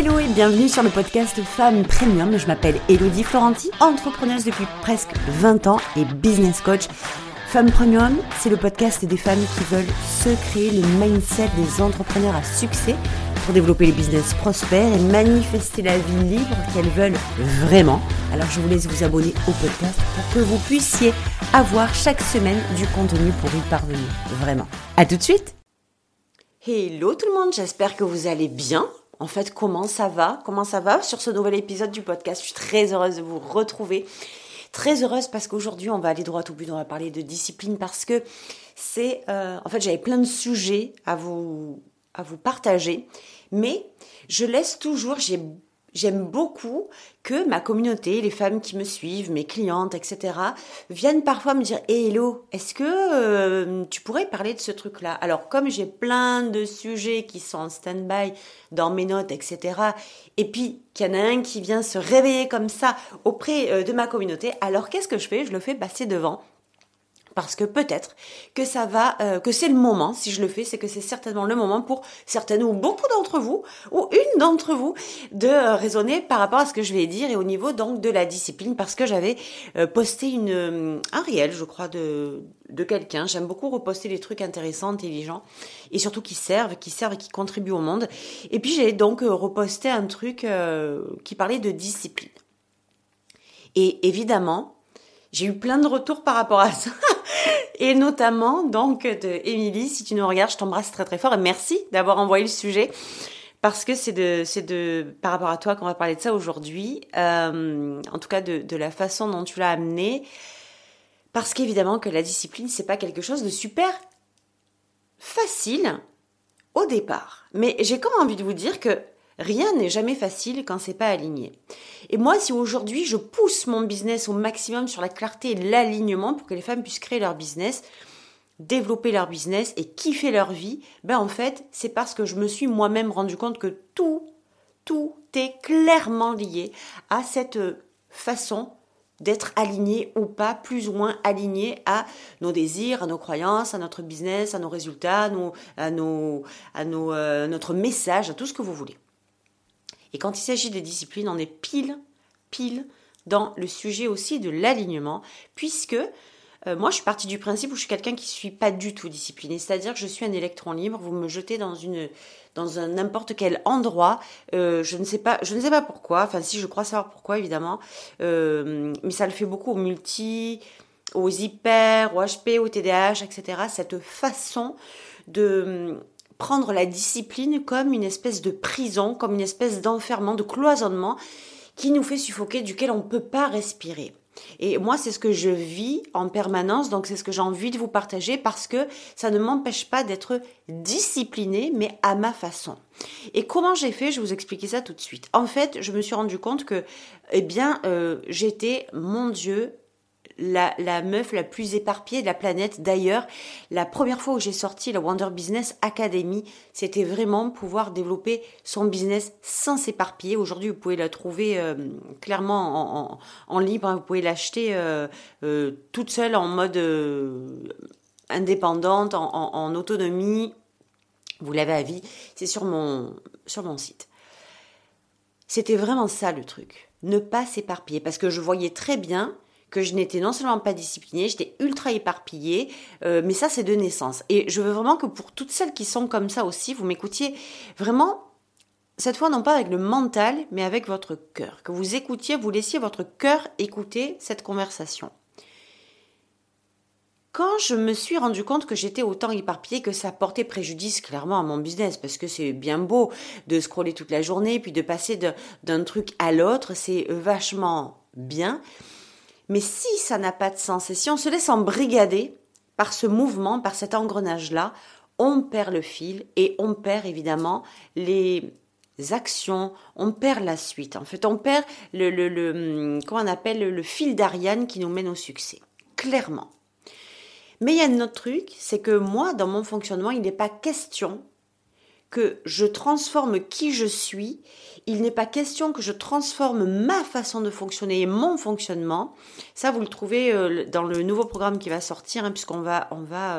Hello et bienvenue sur le podcast Femmes Premium. Je m'appelle Elodie Florenti, entrepreneuse depuis presque 20 ans et business coach. Femmes Premium, c'est le podcast des femmes qui veulent se créer le mindset des entrepreneurs à succès pour développer les business prospères et manifester la vie libre qu'elles veulent vraiment. Alors je vous laisse vous abonner au podcast pour que vous puissiez avoir chaque semaine du contenu pour y parvenir. Vraiment. À tout de suite. Hello tout le monde, j'espère que vous allez bien. En fait, comment ça va sur ce nouvel épisode du podcast? Je suis très heureuse de vous retrouver. Très heureuse parce qu'aujourd'hui, on va aller droit au but. On va parler de discipline parce que c'est... en fait, j'avais plein de sujets à vous partager. Mais je laisse toujours... J'aime beaucoup que ma communauté, les femmes qui me suivent, mes clientes, etc., viennent parfois me dire « Hey Hello, est-ce que tu pourrais parler de ce truc-là » Alors, comme j'ai plein de sujets qui sont en stand-by dans mes notes, etc., et puis qu'il y en a un qui vient se réveiller comme ça auprès de ma communauté, alors qu'est-ce que je fais ? Je le fais passer devant. Parce que peut-être que ça va, que c'est le moment, si je le fais, c'est que c'est certainement le moment pour certaines ou beaucoup d'entre vous, ou une d'entre vous, de raisonner par rapport à ce que je vais dire et au niveau donc de la discipline, parce que j'avais posté un réel, je crois, de quelqu'un. J'aime beaucoup reposter des trucs intéressants, intelligents, et surtout qui servent et qui contribuent au monde. Et puis j'ai donc reposté un truc qui parlait de discipline. Et évidemment, j'ai eu plein de retours par rapport à ça. Et notamment, donc, de Émilie, si tu nous regardes, je t'embrasse très très fort et merci d'avoir envoyé le sujet parce que c'est par rapport à toi qu'on va parler de ça aujourd'hui, en tout cas de la façon dont tu l'as amené, parce qu'évidemment que la discipline, c'est pas quelque chose de super facile au départ. Mais j'ai comme envie de vous dire que rien n'est jamais facile quand c'est pas aligné. Et moi, si aujourd'hui je pousse mon business au maximum sur la clarté et l'alignement pour que les femmes puissent créer leur business, développer leur business et kiffer leur vie, ben en fait, c'est parce que je me suis moi-même rendu compte que tout est clairement lié à cette façon d'être aligné ou pas, plus ou moins aligné à nos désirs, à nos croyances, à notre business, à nos résultats, à notre message, à tout ce que vous voulez. Et quand il s'agit de discipline, on est pile dans le sujet aussi de l'alignement, puisque moi je suis partie du principe où je suis quelqu'un qui ne suis pas du tout discipliné, c'est-à-dire que je suis un électron libre, vous me jetez dans un n'importe quel endroit, je ne sais pas pourquoi, enfin si je crois savoir pourquoi évidemment, mais ça le fait beaucoup aux multi, aux hyper, aux HP, aux TDAH, etc. Cette façon de prendre la discipline comme une espèce de prison, comme une espèce d'enfermement, de cloisonnement qui nous fait suffoquer, duquel on ne peut pas respirer. Et moi, c'est ce que je vis en permanence, donc c'est ce que j'ai envie de vous partager parce que ça ne m'empêche pas d'être disciplinée, mais à ma façon. Et comment j'ai fait ? Je vais vous expliquer ça tout de suite. En fait, je me suis rendu compte que, j'étais, mon Dieu, la meuf la plus éparpillée de la planète. D'ailleurs, la première fois où j'ai sorti la Wonder Business Academy, c'était vraiment pouvoir développer son business sans s'éparpiller. Aujourd'hui, vous pouvez la trouver clairement en libre, hein. Vous pouvez l'acheter toute seule en mode indépendante, en autonomie. Vous l'avez à vie. C'est sur mon site. C'était vraiment ça le truc. Ne pas s'éparpiller. Parce que je voyais très bien que je n'étais non seulement pas disciplinée, j'étais ultra éparpillée, mais ça c'est de naissance. Et je veux vraiment que pour toutes celles qui sont comme ça aussi, vous m'écoutiez vraiment, cette fois non pas avec le mental, mais avec votre cœur. Que vous écoutiez, vous laissiez votre cœur écouter cette conversation. Quand je me suis rendu compte que j'étais autant éparpillée que ça portait préjudice clairement à mon business, parce que c'est bien beau de scroller toute la journée, puis de passer d'un truc à l'autre, c'est vachement bien. Mais si ça n'a pas de sens et si on se laisse embrigader par ce mouvement, par cet engrenage-là, on perd le fil et on perd évidemment les actions, on perd la suite. En fait, on perd le fil d'Ariane qui nous mène au succès, clairement. Mais il y a un autre truc, c'est que moi, dans mon fonctionnement, il n'est pas question que je transforme qui je suis, il n'est pas question que je transforme ma façon de fonctionner et mon fonctionnement. Ça, vous le trouvez dans le nouveau programme qui va sortir, hein, puisqu'on va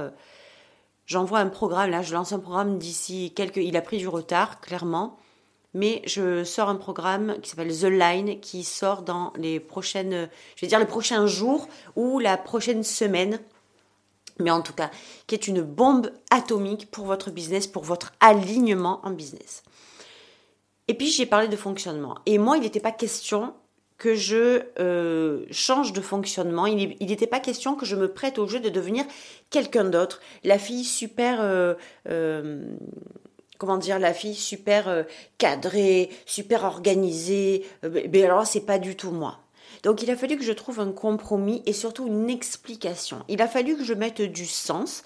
j'envoie un programme, là, je lance un programme d'ici il a pris du retard, clairement. mais je sors un programme qui s'appelle The Line, qui sort dans les prochaines, les prochains jours ou la prochaine semaine. Mais en tout cas, qui est une bombe atomique pour votre business, pour votre alignement en business. Et puis, j'ai parlé de fonctionnement. Et moi, il n'était pas question que je change de fonctionnement. Il n'était pas question que je me prête au jeu de devenir quelqu'un d'autre. La fille super... la fille super cadrée, super organisée. Mais alors, c'est pas du tout moi. Donc, il a fallu que je trouve un compromis et surtout une explication. Il a fallu que je mette du sens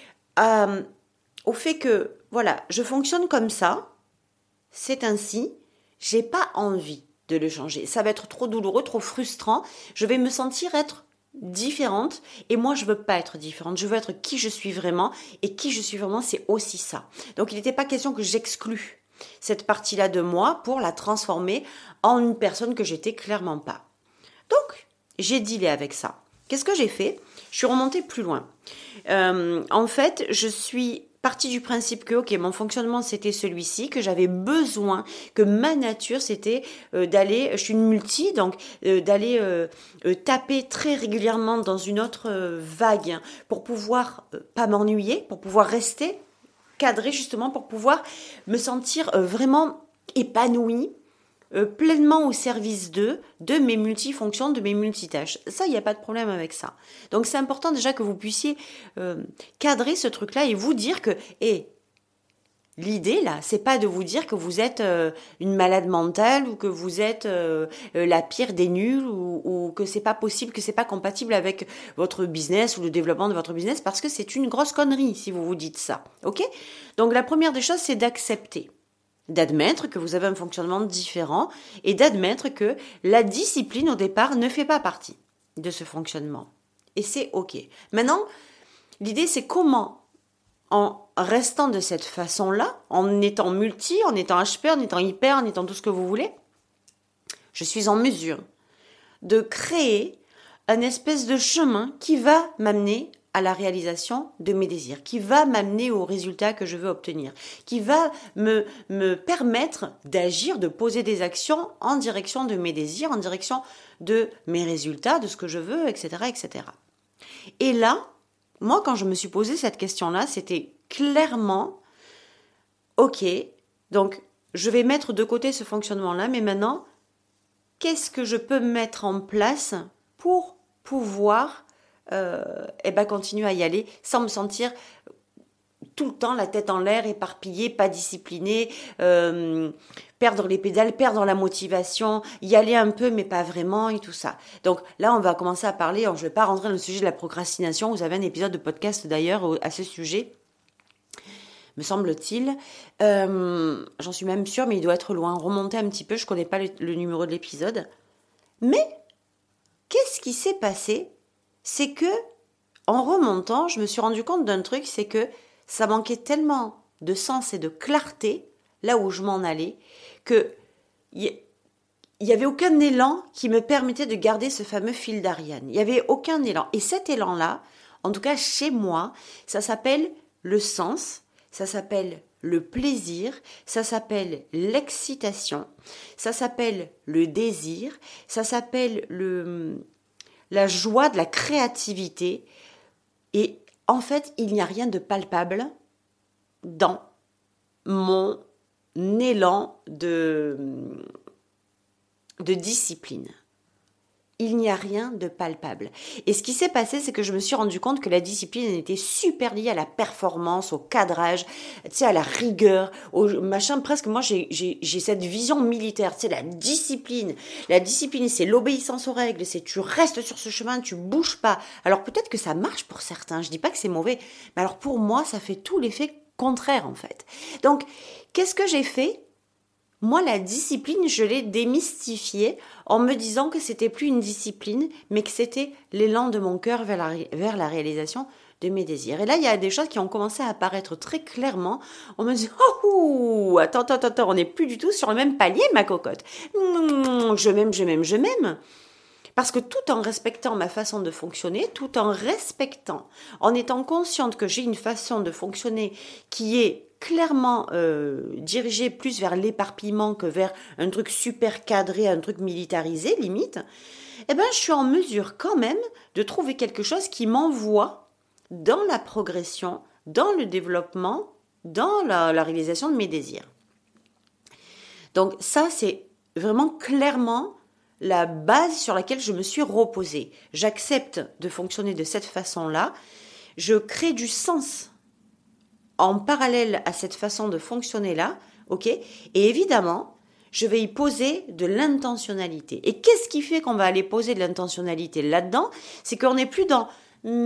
au fait que, voilà, je fonctionne comme ça, c'est ainsi, j'ai pas envie de le changer. Ça va être trop douloureux, trop frustrant, je vais me sentir être différente et moi, je veux pas être différente. Je veux être qui je suis vraiment et qui je suis vraiment, c'est aussi ça. Donc, il n'était pas question que j'exclue cette partie-là de moi pour la transformer en une personne que j'étais clairement pas. Donc, j'ai dealé avec ça. Qu'est-ce que j'ai fait ? Je suis remontée plus loin. En fait, je suis partie du principe que, ok, mon fonctionnement, c'était celui-ci, que j'avais besoin, que ma nature, c'était d'aller, je suis une multi, donc d'aller taper très régulièrement dans une autre vague pour pouvoir pas m'ennuyer, pour pouvoir rester cadrée justement, pour pouvoir me sentir vraiment épanouie, pleinement au service de mes multifonctions, de mes multitâches. Ça, il n'y a pas de problème avec ça. Donc, c'est important déjà que vous puissiez cadrer ce truc-là et vous dire que, l'idée, là, c'est pas de vous dire que vous êtes une malade mentale ou que vous êtes la pire des nuls ou que c'est pas possible, que c'est pas compatible avec votre business ou le développement de votre business parce que c'est une grosse connerie si vous vous dites ça. Ok ? Donc, la première des choses, c'est d'admettre que vous avez un fonctionnement différent et d'admettre que la discipline au départ ne fait pas partie de ce fonctionnement. Et c'est ok. Maintenant, l'idée c'est comment, en restant de cette façon-là, en étant multi, en étant HP, en étant hyper, en étant tout ce que vous voulez, je suis en mesure de créer un espèce de chemin qui va m'amener à la réalisation de mes désirs, qui va m'amener au résultat que je veux obtenir, qui va me permettre d'agir, de poser des actions en direction de mes désirs, en direction de mes résultats, de ce que je veux, etc., etc. Et là, moi, quand je me suis posé cette question-là, c'était clairement, ok, donc je vais mettre de côté ce fonctionnement-là, mais maintenant, qu'est-ce que je peux mettre en place pour pouvoir continuer à y aller sans me sentir tout le temps la tête en l'air, éparpillée, pas disciplinée, perdre les pédales, perdre la motivation, y aller un peu mais pas vraiment et tout ça. Donc là, on va commencer à parler, je ne vais pas rentrer dans le sujet de la procrastination, vous avez un épisode de podcast d'ailleurs à ce sujet, me semble-t-il. J'en suis même sûre, mais il doit être loin. Remonter un petit peu, je ne connais pas le numéro de l'épisode. Mais, qu'est-ce qui s'est passé ? C'est que, en remontant, je me suis rendu compte d'un truc, c'est que ça manquait tellement de sens et de clarté, là où je m'en allais, que il n'y avait aucun élan qui me permettait de garder ce fameux fil d'Ariane. Il n'y avait aucun élan. Et cet élan-là, en tout cas chez moi, ça s'appelle le sens, ça s'appelle le plaisir, ça s'appelle l'excitation, ça s'appelle le désir, ça s'appelle la joie de la créativité. Et en fait, il n'y a rien de palpable dans mon élan de discipline. Il n'y a rien de palpable. Et ce qui s'est passé, c'est que je me suis rendu compte que la discipline était super liée à la performance, au cadrage, tu sais, à la rigueur, au machin. Presque, moi, j'ai cette vision militaire, tu sais, la discipline. La discipline, c'est l'obéissance aux règles, c'est tu restes sur ce chemin, tu bouges pas. Alors peut-être que ça marche pour certains, je dis pas que c'est mauvais, mais alors pour moi, ça fait tout l'effet contraire, en fait. Donc, qu'est-ce que j'ai fait ? Moi, la discipline, je l'ai démystifiée en me disant que c'était plus une discipline, mais que c'était l'élan de mon cœur vers la réalisation de mes désirs. Et là, il y a des choses qui ont commencé à apparaître très clairement. On me dit, oh, attends, on n'est plus du tout sur le même palier, ma cocotte. Je m'aime. Parce que tout en respectant ma façon de fonctionner, tout en respectant, en étant consciente que j'ai une façon de fonctionner qui est clairement dirigée plus vers l'éparpillement que vers un truc super cadré, un truc militarisé limite, eh ben, je suis en mesure quand même de trouver quelque chose qui m'envoie dans la progression, dans le développement, dans la réalisation de mes désirs. Donc ça, c'est vraiment clairement la base sur laquelle je me suis reposée. J'accepte de fonctionner de cette façon-là. Je crée du sens en parallèle à cette façon de fonctionner-là, ok ? Et évidemment, je vais y poser de l'intentionnalité. Et qu'est-ce qui fait qu'on va aller poser de l'intentionnalité là-dedans ? C'est qu'on n'est plus dans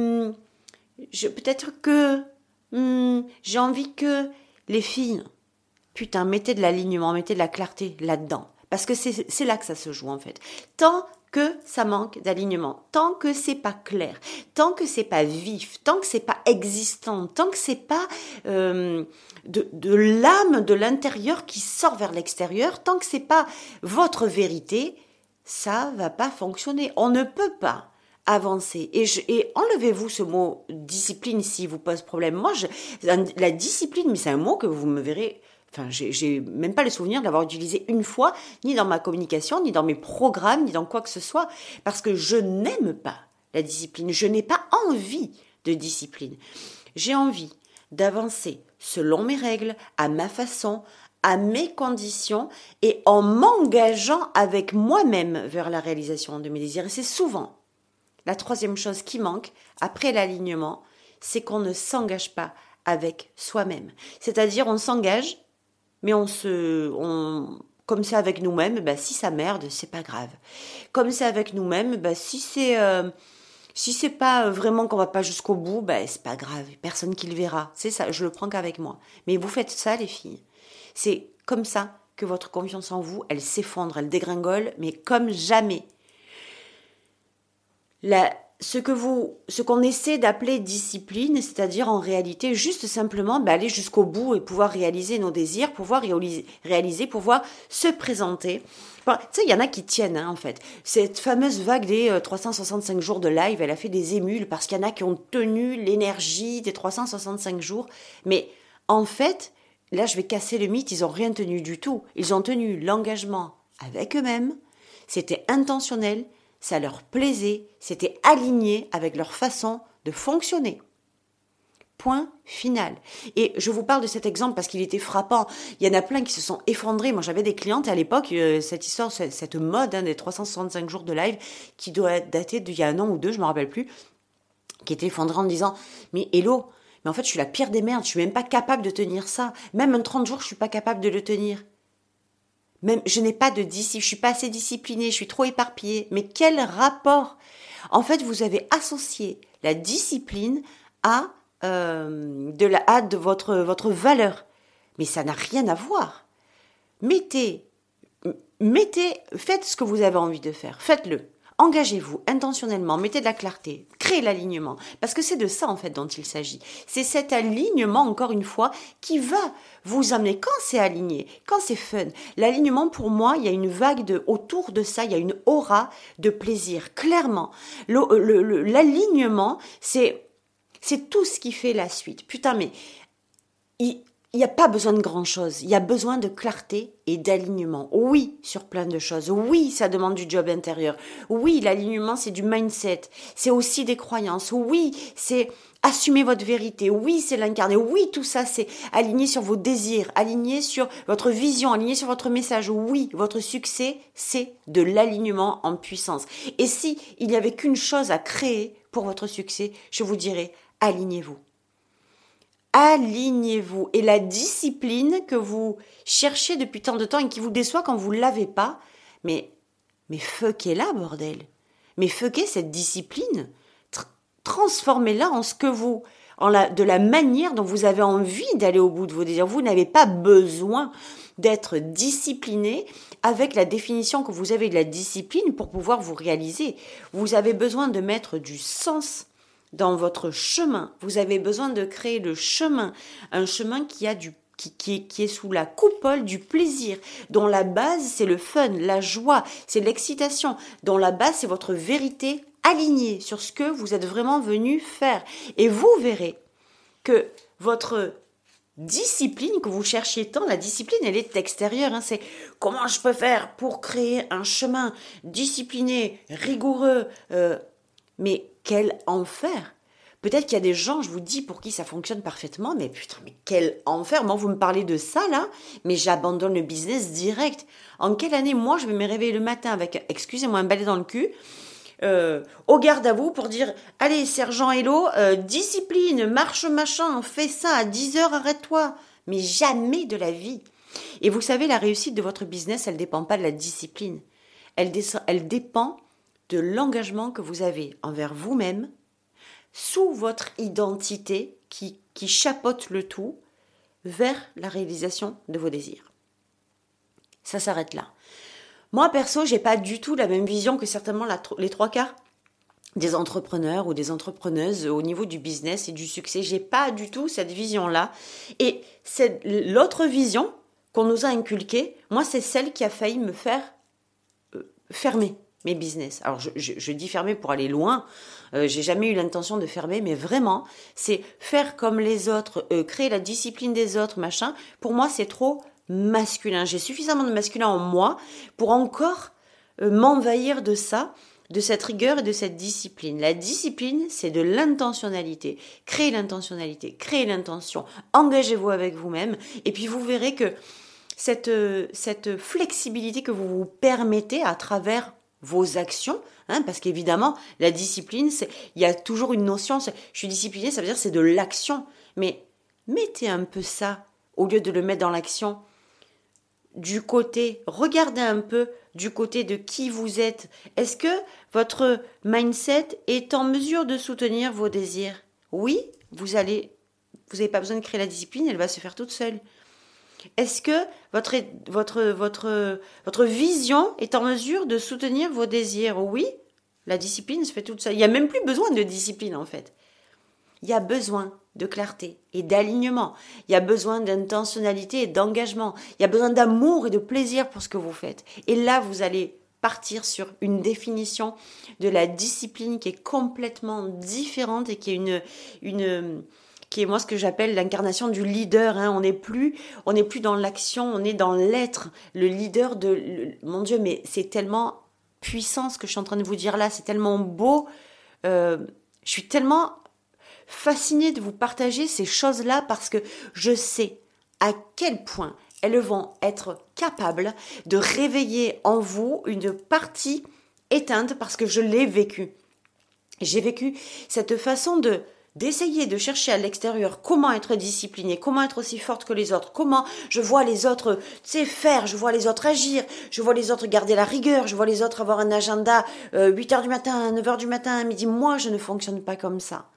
peut-être que j'ai envie que les filles, putain, mettez de l'alignement, mettez de la clarté là-dedans. Parce que c'est là que ça se joue en fait. Tant que ça manque d'alignement, tant que c'est pas clair, tant que c'est pas vif, tant que c'est pas existant, tant que c'est pas de l'âme de l'intérieur qui sort vers l'extérieur, tant que c'est pas votre vérité, ça va pas fonctionner. On ne peut pas avancer. Et enlevez-vous ce mot discipline s'il vous pose problème. Moi, la discipline, mais c'est un mot que vous me verrez. Enfin, j'ai même pas le souvenir de l'avoir utilisé une fois, ni dans ma communication, ni dans mes programmes, ni dans quoi que ce soit, parce que je n'aime pas la discipline. Je n'ai pas envie de discipline. J'ai envie d'avancer selon mes règles, à ma façon, à mes conditions, et en m'engageant avec moi-même vers la réalisation de mes désirs. Et c'est souvent la troisième chose qui manque, après l'alignement, c'est qu'on ne s'engage pas avec soi-même. C'est-à-dire, on s'engage, mais comme c'est avec nous-mêmes, si ça merde, c'est pas grave. Comme c'est avec nous-mêmes, si c'est pas vraiment qu'on va pas jusqu'au bout, c'est pas grave, personne qui le verra. C'est ça, je le prends qu'avec moi. Mais vous faites ça, les filles. C'est comme ça que votre confiance en vous, elle s'effondre, elle dégringole, mais comme jamais. Ce qu'on essaie d'appeler discipline, c'est-à-dire en réalité juste simplement aller jusqu'au bout et pouvoir réaliser nos désirs, pouvoir réaliser, pouvoir se présenter. Tu sais, il y en a qui tiennent en fait. Cette fameuse vague des 365 jours de live, elle a fait des émules parce qu'il y en a qui ont tenu l'énergie des 365 jours. Mais en fait, là je vais casser le mythe, ils n'ont rien tenu du tout. Ils ont tenu l'engagement avec eux-mêmes, c'était intentionnel, ça leur plaisait, c'était aligné avec leur façon de fonctionner. Point final. Et je vous parle de cet exemple parce qu'il était frappant. Il y en a plein qui se sont effondrés. Moi, j'avais des clientes à l'époque, cette histoire, cette mode des 365 jours de live qui doit dater d'il y a 1 an ou 2, je ne me rappelle plus, qui était effondrée en me disant « Mais hello, mais en fait, je suis la pire des merdes, je suis même pas capable de tenir ça. Même un 30 jours, je suis pas capable de le tenir. » Même, je n'ai pas de discipline, je suis pas assez disciplinée, je suis trop éparpillée. Mais quel rapport ? En fait, vous avez associé la discipline à de votre valeur. Mais ça n'a rien à voir. Faites ce que vous avez envie de faire. Faites-le. Engagez-vous intentionnellement, mettez de la clarté, créez l'alignement. Parce que c'est de ça, en fait, dont il s'agit. C'est cet alignement, encore une fois, qui va vous amener, quand c'est aligné, quand c'est fun. L'alignement, pour moi, il y a une vague autour de ça, il y a une aura de plaisir. Clairement, l'alignement, c'est tout ce qui fait la suite. Putain, mais il n'y a pas besoin de grand-chose. Il y a besoin de clarté et d'alignement. Oui, sur plein de choses. Oui, ça demande du job intérieur. Oui, l'alignement, c'est du mindset. C'est aussi des croyances. Oui, c'est assumer votre vérité. Oui, c'est l'incarner. Oui, tout ça, c'est aligné sur vos désirs, aligné sur votre vision, aligné sur votre message. Oui, votre succès, c'est de l'alignement en puissance. Et si il n'y avait qu'une chose à créer pour votre succès, je vous dirais, alignez-vous. Alignez-vous. Et la discipline que vous cherchez depuis tant de temps et qui vous déçoit quand vous ne l'avez pas, mais fuckez-la, bordel. Mais fuckez cette discipline. Transformez-la en de la manière dont vous avez envie d'aller au bout de vos désirs. Vous n'avez pas besoin d'être discipliné avec la définition que vous avez de la discipline pour pouvoir vous réaliser. Vous avez besoin de mettre du sens dans votre chemin. Vous avez besoin de créer le chemin, un chemin qui est sous la coupole du plaisir, dont la base c'est le fun, la joie, c'est l'excitation, dont la base c'est votre vérité alignée sur ce que vous êtes vraiment venu faire. Et vous verrez que votre discipline que vous cherchiez tant, la discipline, elle est extérieure. C'est comment je peux faire pour créer un chemin discipliné, rigoureux. Mais quel enfer! Peut-être qu'il y a des gens, je vous dis, pour qui ça fonctionne parfaitement, mais putain, mais quel enfer! Moi, vous me parlez de ça, là, mais j'abandonne le business direct. En quelle année, moi, je vais me réveiller le matin avec, excusez-moi, un balai dans le cul, au garde à vous pour dire, allez, sergent Hello, discipline, marche machin, fais ça, à 10h, arrête-toi. Mais jamais de la vie. Et vous savez, la réussite de votre business, elle ne dépend pas de la discipline. Elle dépend de l'engagement que vous avez envers vous-même, sous votre identité qui chapeaute le tout vers la réalisation de vos désirs. Ça s'arrête là. Moi, perso, j'ai pas du tout la même vision que certainement les 3/4 des entrepreneurs ou des entrepreneuses au niveau du business et du succès. J'ai pas du tout cette vision-là. Et c'est l'autre vision qu'on nous a inculquée. Moi, c'est celle qui a failli me faire fermer mes business. Alors, je dis fermer pour aller loin. J'ai jamais eu l'intention de fermer, mais vraiment, c'est faire comme les autres, créer la discipline des autres, machin. Pour moi, c'est trop masculin. J'ai suffisamment de masculin en moi pour encore m'envahir de ça, de cette rigueur et de cette discipline. La discipline, c'est de l'intentionnalité. Créez l'intentionnalité, créez l'intention. Engagez-vous avec vous-même et puis vous verrez que cette flexibilité que vous vous permettez à travers vos actions, parce qu'évidemment, la discipline, il y a toujours une notion, je suis disciplinée, ça veut dire c'est de l'action. Mais mettez un peu ça, au lieu de le mettre dans l'action, du côté, regardez un peu du côté de qui vous êtes. Est-ce que votre mindset est en mesure de soutenir vos désirs? Oui, vous n'avez pas besoin de créer la discipline, elle va se faire toute seule. Est-ce que votre vision est en mesure de soutenir vos désirs? Oui, la discipline se fait toute seule. Il n'y a même plus besoin de discipline en fait. Il y a besoin de clarté et d'alignement. Il y a besoin d'intentionnalité et d'engagement. Il y a besoin d'amour et de plaisir pour ce que vous faites. Et là, vous allez partir sur une définition de la discipline qui est complètement différente et qui est qui est moi ce que j'appelle l'incarnation du leader. On n'est plus dans l'action, on est dans l'être. Le leader mon Dieu, mais c'est tellement puissant ce que je suis en train de vous dire là, c'est tellement beau. Je suis tellement fascinée de vous partager ces choses-là parce que je sais à quel point elles vont être capables de réveiller en vous une partie éteinte parce que je l'ai vécu. J'ai vécu cette façon d'essayer de chercher à l'extérieur comment être disciplinée, comment être aussi forte que les autres, comment je vois les autres faire, je vois les autres agir, je vois les autres garder la rigueur, je vois les autres avoir un agenda 8h du matin, 9h du matin, à midi. Moi, je ne fonctionne pas comme ça.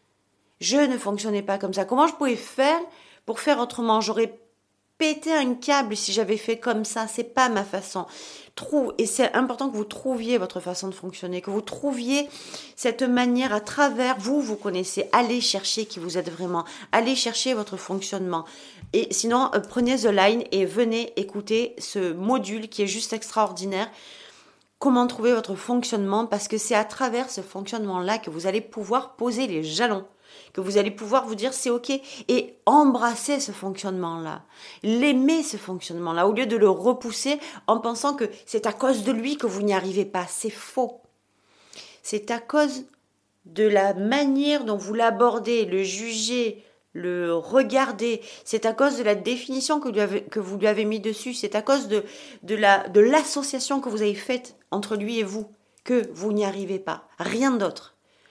Je ne fonctionnais pas comme ça. Comment je pouvais faire pour faire autrement? J'aurais pété un câble si j'avais fait comme ça. C'est pas ma façon. Et c'est important que vous trouviez votre façon de fonctionner, que vous trouviez cette manière à travers vous connaissez. Allez chercher qui vous êtes vraiment. Allez chercher votre fonctionnement. Et sinon, prenez The Line et venez écouter ce module qui est juste extraordinaire. Comment trouver votre fonctionnement? Parce que c'est à travers ce fonctionnement-là que vous allez pouvoir poser les jalons, que vous allez pouvoir vous dire c'est ok et embrasser ce fonctionnement-là, l'aimer ce fonctionnement-là, au lieu de le repousser en pensant que c'est à cause de lui que vous n'y arrivez pas. C'est faux. C'est à cause de la manière dont vous l'abordez, le jugez, le regardez. C'est à cause de la définition que vous lui avez mis dessus. C'est à cause de l'association que vous avez faite entre lui et vous que vous n'y arrivez pas. Rien d'autre.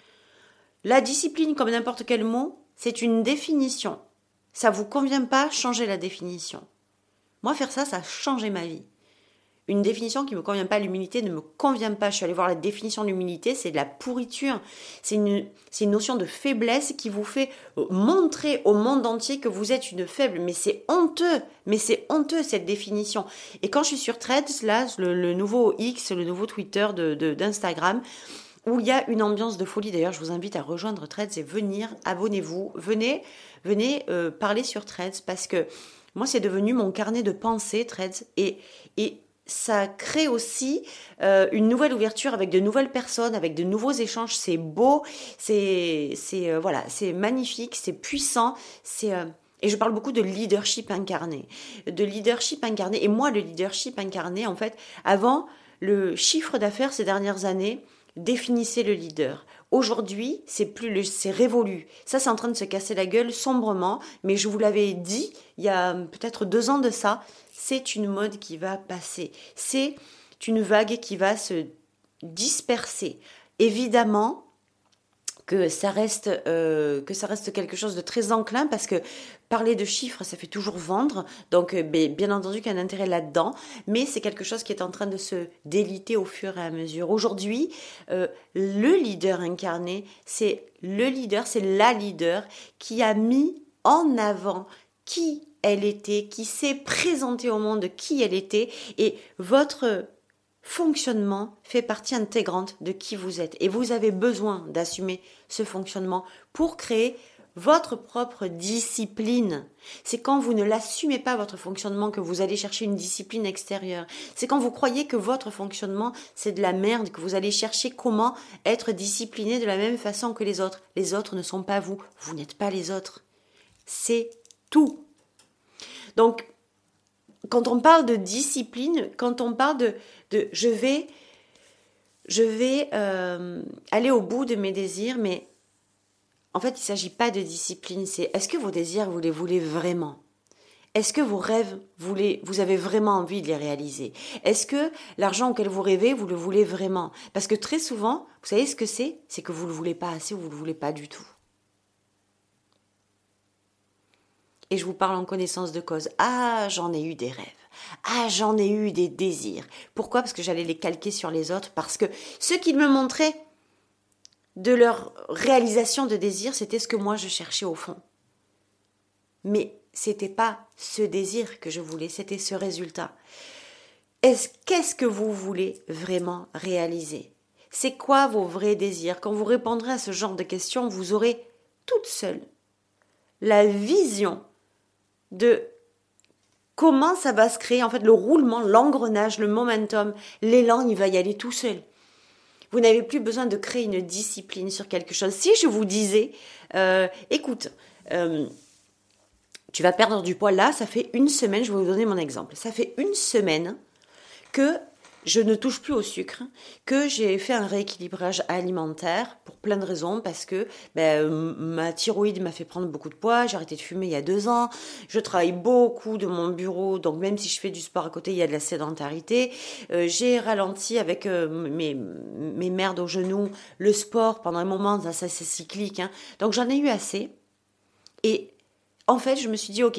La discipline, comme n'importe quel mot, c'est une définition. Ça vous convient pas, changez la définition. Moi, faire ça, ça a changé ma vie. Une définition qui me convient pas, l'humilité ne me convient pas. Je suis allée voir la définition de l'humilité, c'est de la pourriture. C'est une notion de faiblesse qui vous fait montrer au monde entier que vous êtes une faible. Mais c'est honteux cette définition. Et quand je suis sur Threads, là, le nouveau X, le nouveau Twitter d'Instagram, où il y a une ambiance de folie. D'ailleurs, je vous invite à rejoindre Threads et venir, abonnez-vous, venez parler sur Threads parce que moi, c'est devenu mon carnet de pensée, Threads, et ça crée aussi une nouvelle ouverture avec de nouvelles personnes, avec de nouveaux échanges. C'est beau, c'est magnifique, c'est puissant, Et je parle beaucoup de leadership incarné. Et moi, le leadership incarné, en fait, avant, le chiffre d'affaires ces dernières années définissait le leader. Aujourd'hui, c'est révolu. Ça, c'est en train de se casser la gueule sombrement. Mais je vous l'avais dit, il y a peut-être 2 ans de ça, c'est une mode qui va passer. C'est une vague qui va se disperser. Évidemment, que ça reste quelque chose de très enclin parce que parler de chiffres, ça fait toujours vendre. Donc, bien entendu qu'il y a un intérêt là-dedans, mais c'est quelque chose qui est en train de se déliter au fur et à mesure. Aujourd'hui, le leader incarné, c'est la leader qui a mis en avant qui elle était, qui s'est présentée au monde qui elle était, et votre fonctionnement fait partie intégrante de qui vous êtes. Et vous avez besoin d'assumer ce fonctionnement pour créer votre propre discipline. C'est quand vous ne l'assumez pas, votre fonctionnement, que vous allez chercher une discipline extérieure. C'est quand vous croyez que votre fonctionnement, c'est de la merde, que vous allez chercher comment être discipliné de la même façon que les autres. Les autres ne sont pas vous. Vous n'êtes pas les autres. C'est tout. Donc, quand on parle de discipline, quand on parle de je vais aller au bout de mes désirs, mais en fait, il ne s'agit pas de discipline, c'est est-ce que vos désirs, vous les voulez vraiment ? Est-ce que vos rêves, vous avez vraiment envie de les réaliser ? Est-ce que l'argent auquel vous rêvez, vous le voulez vraiment ? Parce que très souvent, vous savez ce que c'est ? C'est que vous ne le voulez pas assez ou vous ne le voulez pas du tout. Et je vous parle en connaissance de cause. Ah, j'en ai eu des rêves. Ah, j'en ai eu des désirs. Pourquoi ? Parce que j'allais les calquer sur les autres. Parce que ce qu'ils me montraient de leur réalisation de désir, c'était ce que moi je cherchais au fond. Mais c'était pas ce désir que je voulais, c'était ce résultat. Qu'est-ce que vous voulez vraiment réaliser ? C'est quoi vos vrais désirs ? Quand vous répondrez à ce genre de questions, vous aurez toute seule la vision de comment ça va se créer, en fait, le roulement, l'engrenage, le momentum, l'élan, il va y aller tout seul. Vous n'avez plus besoin de créer une discipline sur quelque chose. Si je vous disais, écoute, tu vas perdre du poids là, ça fait 1 semaine, je vais vous donner mon exemple, ça fait 1 semaine que je ne touche plus au sucre, que j'ai fait un rééquilibrage alimentaire pour plein de raisons, parce que ma thyroïde m'a fait prendre beaucoup de poids, j'ai arrêté de fumer il y a 2 ans, je travaille beaucoup de mon bureau, donc même si je fais du sport à côté, il y a de la sédentarité, j'ai ralenti avec mes merdes aux genoux, le sport pendant un moment, ça c'est cyclique, hein. Donc j'en ai eu assez, et en fait je me suis dit ok,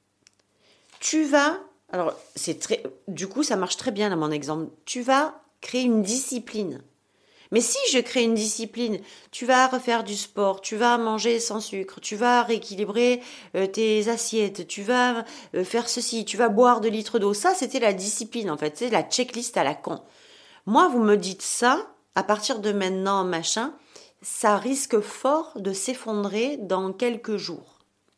tu vas... Alors, du coup, ça marche très bien là, mon exemple. Tu vas créer une discipline. Mais si je crée une discipline, tu vas refaire du sport, tu vas manger sans sucre, tu vas rééquilibrer tes assiettes, tu vas faire ceci, tu vas boire 2 litres d'eau. Ça, c'était la discipline, en fait. C'est la checklist à la con. Moi, vous me dites ça, à partir de maintenant, machin, ça risque fort de s'effondrer dans quelques jours.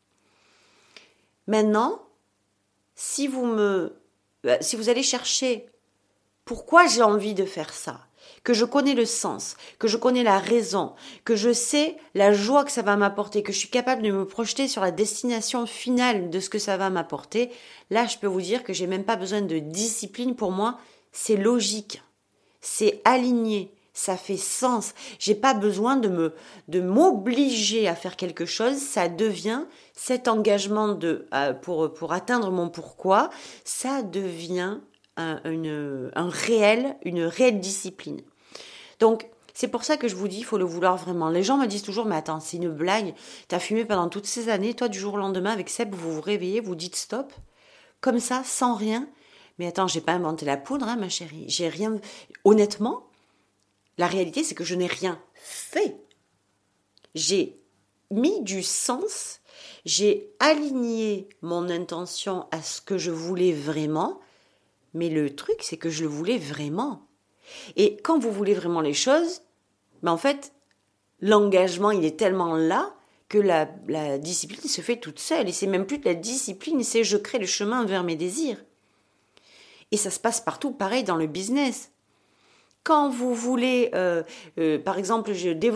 Maintenant, si vous allez chercher pourquoi j'ai envie de faire ça, que je connais le sens, que je connais la raison, que je sais la joie que ça va m'apporter, que je suis capable de me projeter sur la destination finale de ce que ça va m'apporter, là je peux vous dire que j'ai même pas besoin de discipline. Pour moi, c'est logique, c'est aligné, ça fait sens. J'ai pas besoin de m'obliger à faire quelque chose. Ça devient cet engagement pour atteindre mon pourquoi. Ça devient une réelle discipline. Donc, c'est pour ça que je vous dis, il faut le vouloir vraiment. Les gens me disent toujours, mais attends, c'est une blague. T'as fumé pendant toutes ces années. Toi, du jour au lendemain, avec Seb, vous vous réveillez, vous dites stop. Comme ça, sans rien. Mais attends, j'ai pas inventé la poudre, hein, ma chérie. J'ai rien... Honnêtement, la réalité, c'est que je n'ai rien fait. J'ai mis du sens, j'ai aligné mon intention à ce que je voulais vraiment, mais le truc, c'est que je le voulais vraiment. Et quand vous voulez vraiment les choses, en fait, l'engagement, il est tellement là que la discipline se fait toute seule. Et c'est même plus de la discipline, c'est je crée le chemin vers mes désirs. Et ça se passe partout, pareil dans le business. Quand vous voulez, par exemple,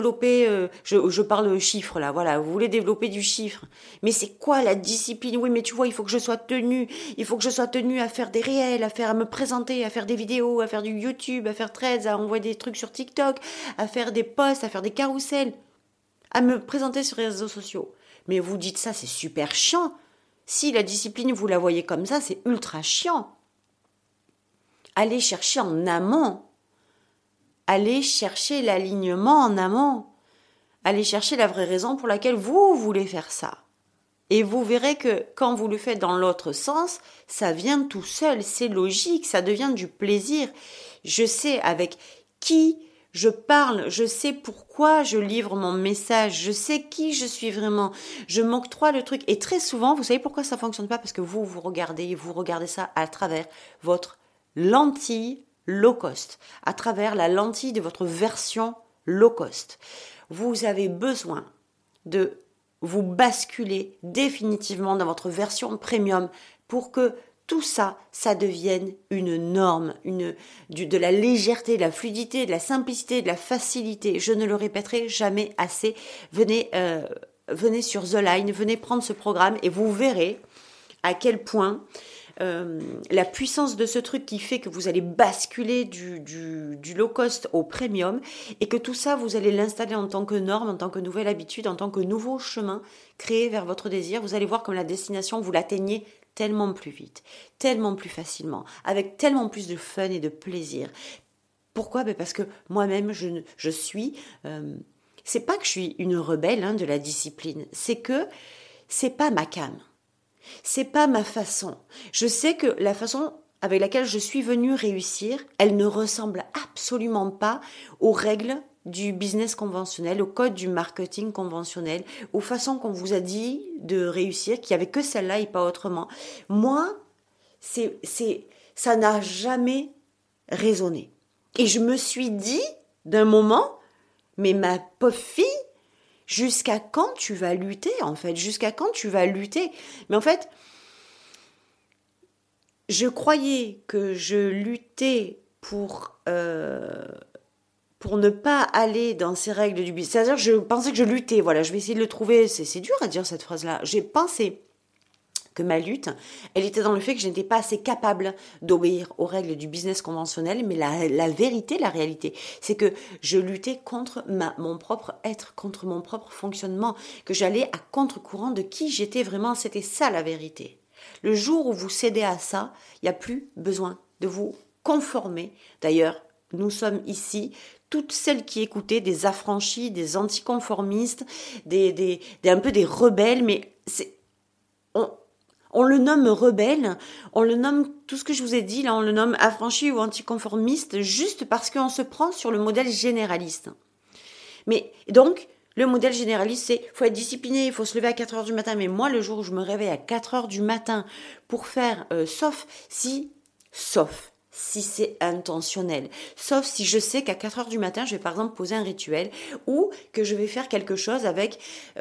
je parle chiffres là, voilà, vous voulez développer du chiffre. Mais c'est quoi la discipline? Oui, mais tu vois, il faut que je sois tenue à faire des réels, à me présenter, à faire des vidéos, à faire du YouTube, à faire threads, à envoyer des trucs sur TikTok, à faire des posts, à faire des carousels, à me présenter sur les réseaux sociaux. Mais vous dites ça, c'est super chiant. Si la discipline, vous la voyez comme ça, c'est ultra chiant. Allez chercher en amont. Allez chercher l'alignement en amont. Allez chercher la vraie raison pour laquelle vous voulez faire ça. Et vous verrez que quand vous le faites dans l'autre sens, ça vient tout seul, c'est logique, ça devient du plaisir. Je sais avec qui je parle, je sais pourquoi je livre mon message, je sais qui je suis vraiment, je m'octroie le truc. Et très souvent, vous savez pourquoi ça fonctionne pas? Parce que vous regardez ça à travers votre lentille low cost, à travers la lentille de votre version low cost. Vous avez besoin de vous basculer définitivement dans votre version premium pour que tout ça, ça devienne une norme, de la légèreté, de la fluidité, de la simplicité, de la facilité. Je ne le répéterai jamais assez. Venez sur The Line, venez prendre ce programme et vous verrez à quel point la puissance de ce truc qui fait que vous allez basculer du low cost au premium et que tout ça, vous allez l'installer en tant que norme, en tant que nouvelle habitude, en tant que nouveau chemin créé vers votre désir. Vous allez voir comme la destination, vous l'atteignez tellement plus vite, tellement plus facilement, avec tellement plus de fun et de plaisir. Pourquoi? Parce que moi-même, je suis... c'est pas que je suis une rebelle de la discipline, c'est que c'est pas ma came. C'est pas ma façon. Je sais que la façon avec laquelle je suis venue réussir, elle ne ressemble absolument pas aux règles du business conventionnel, au code du marketing conventionnel, aux façons qu'on vous a dit de réussir, qu'il n'y avait que celle-là et pas autrement. Moi, ça n'a jamais résonné. Et je me suis dit, d'un moment, mais ma pauvre fille, jusqu'à quand tu vas lutter, en fait? Jusqu'à quand tu vas lutter? Mais en fait, je croyais que je luttais pour ne pas aller dans ces règles du business. C'est-à-dire, je pensais que je luttais. Voilà, je vais essayer de le trouver. C'est dur à dire cette phrase-là. J'ai pensé que ma lutte, elle était dans le fait que je n'étais pas assez capable d'obéir aux règles du business conventionnel, mais la vérité, la réalité, c'est que je luttais contre mon propre être, contre mon propre fonctionnement, que j'allais à contre-courant de qui j'étais vraiment, c'était ça la vérité. Le jour où vous cédez à ça, il n'y a plus besoin de vous conformer. D'ailleurs, nous sommes ici, toutes celles qui écoutaient, des affranchis, des anticonformistes, un peu des rebelles, mais on le nomme rebelle, on le nomme, tout ce que je vous ai dit là, on le nomme affranchi ou anticonformiste juste parce qu'on se prend sur le modèle généraliste. Mais donc, le modèle généraliste, c'est faut être discipliné, il faut se lever à 4 heures du matin. Mais moi, le jour où je me réveille à 4 heures du matin pour faire, sauf si c'est intentionnel. Sauf si je sais qu'à 4 heures du matin, je vais par exemple poser un rituel ou que je vais faire quelque chose avec,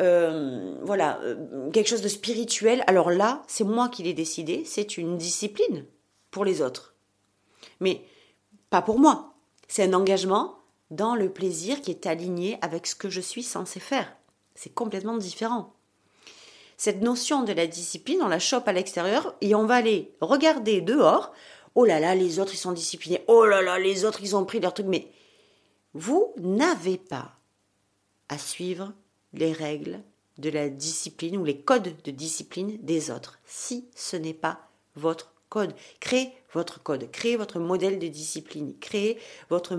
quelque chose de spirituel. Alors là, c'est moi qui l'ai décidé, c'est une discipline pour les autres. Mais pas pour moi. C'est un engagement dans le plaisir qui est aligné avec ce que je suis censée faire. C'est complètement différent. Cette notion de la discipline, on la chope à l'extérieur et on va aller regarder dehors. Oh là là, les autres, ils sont disciplinés. Oh là là, les autres, ils ont pris leur truc. Mais vous n'avez pas à suivre les règles de la discipline ou les codes de discipline des autres, si ce n'est pas votre code. Créez votre code, créez votre modèle de discipline, créez votre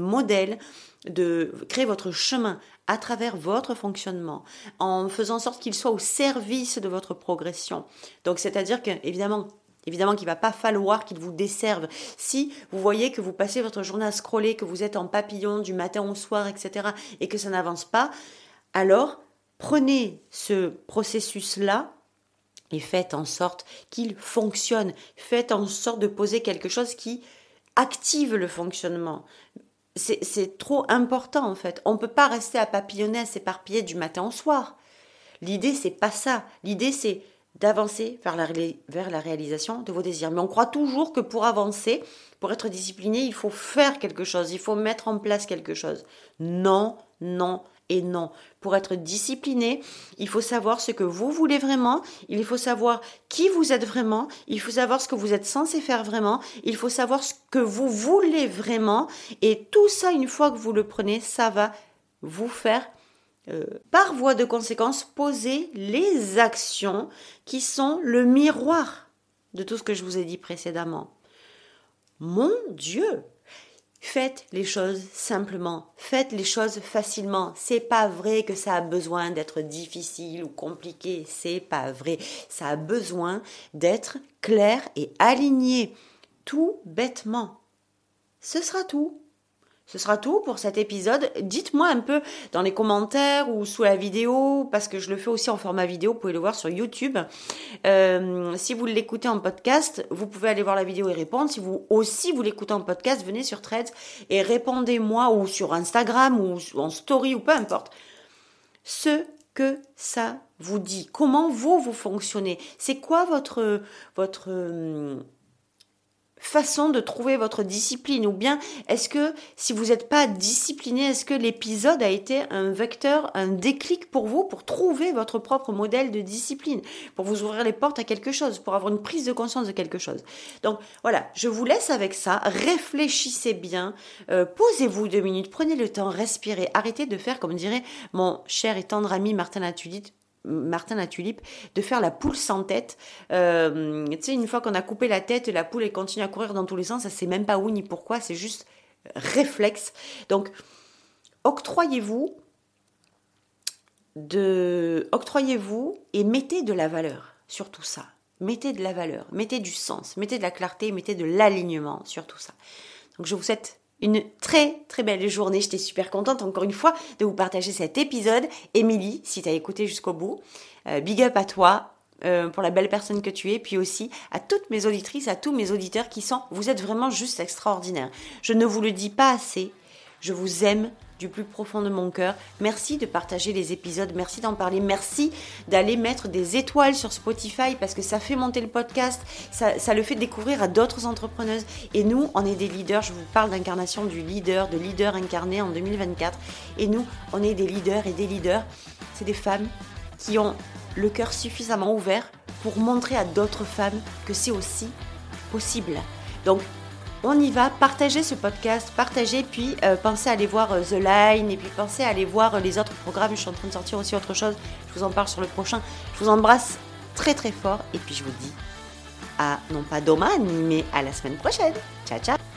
créez votre chemin à travers votre fonctionnement, en faisant en sorte qu'il soit au service de votre progression. Donc, c'est-à-dire que, évidemment qu'il ne va pas falloir qu'il vous desserve. Si vous voyez que vous passez votre journée à scroller, que vous êtes en papillon du matin au soir, etc., et que ça n'avance pas, alors prenez ce processus-là et faites en sorte qu'il fonctionne. Faites en sorte de poser quelque chose qui active le fonctionnement. C'est trop important en fait. On ne peut pas rester à papillonner, à s'éparpiller du matin au soir. L'idée, c'est pas ça. L'idée, c'est d'avancer vers la réalisation de vos désirs. Mais on croit toujours que pour avancer, pour être discipliné, il faut faire quelque chose, il faut mettre en place quelque chose. Non, non et non. Pour être discipliné, il faut savoir ce que vous voulez vraiment, il faut savoir qui vous êtes vraiment, il faut savoir ce que vous êtes censé faire vraiment, il faut savoir ce que vous voulez vraiment. Et tout ça, une fois que vous le prenez, ça va vous faire par voie de conséquence, poser les actions qui sont le miroir de tout ce que je vous ai dit précédemment. Mon Dieu, faites les choses simplement, faites les choses facilement. C'est pas vrai que ça a besoin d'être difficile ou compliqué, c'est pas vrai. Ça a besoin d'être clair et aligné, tout bêtement. Ce sera tout. Ce sera tout pour cet épisode. Dites-moi un peu dans les commentaires ou sous la vidéo, parce que je le fais aussi en format vidéo, vous pouvez le voir sur YouTube. Si vous l'écoutez en podcast, vous pouvez aller voir la vidéo et répondre. Si vous aussi vous l'écoutez en podcast, venez sur Threads et répondez-moi, ou sur Instagram ou en story ou peu importe. Ce que ça vous dit. Comment vous fonctionnez. C'est quoi votre façon de trouver votre discipline, ou bien est-ce que si vous n'êtes pas discipliné, est-ce que l'épisode a été un vecteur, un déclic pour vous, pour trouver votre propre modèle de discipline, pour vous ouvrir les portes à quelque chose, pour avoir une prise de conscience de quelque chose. Donc voilà, je vous laisse avec ça, réfléchissez bien, posez-vous 2 minutes, prenez le temps, respirez, arrêtez de faire, comme dirait mon cher et tendre ami Martin Latulippe, de faire la poule sans tête. Tu sais, une fois qu'on a coupé la tête, la poule elle continue à courir dans tous les sens, ça sait même pas où ni pourquoi, c'est juste réflexe. Donc octroyez-vous et mettez de la valeur sur tout ça. Mettez de la valeur, mettez du sens, mettez de la clarté, mettez de l'alignement sur tout ça. Donc je vous souhaite une très très belle journée. J'étais super contente encore une fois de vous partager cet épisode. Émilie, si tu as écouté jusqu'au bout, big up à toi pour la belle personne que tu es, puis aussi à toutes mes auditrices, à tous mes auditeurs vous êtes vraiment juste extraordinaires. Je ne vous le dis pas assez, je vous aime du plus profond de mon cœur. Merci de partager les épisodes, merci d'en parler, merci d'aller mettre des étoiles sur Spotify parce que ça fait monter le podcast, ça le fait découvrir à d'autres entrepreneuses. Et nous, on est des leaders, je vous parle d'incarnation du leader, de leader incarné en 2024. Et nous, on est des leaders et des leaders. C'est des femmes qui ont le cœur suffisamment ouvert pour montrer à d'autres femmes que c'est aussi possible. Donc, on y va, partagez ce podcast, partagez, puis pensez à aller voir The Line, et puis pensez à aller voir les autres programmes. Je suis en train de sortir aussi autre chose, je vous en parle sur le prochain. Je vous embrasse très très fort, et puis je vous dis à, non pas domani, mais à la semaine prochaine. Ciao, ciao.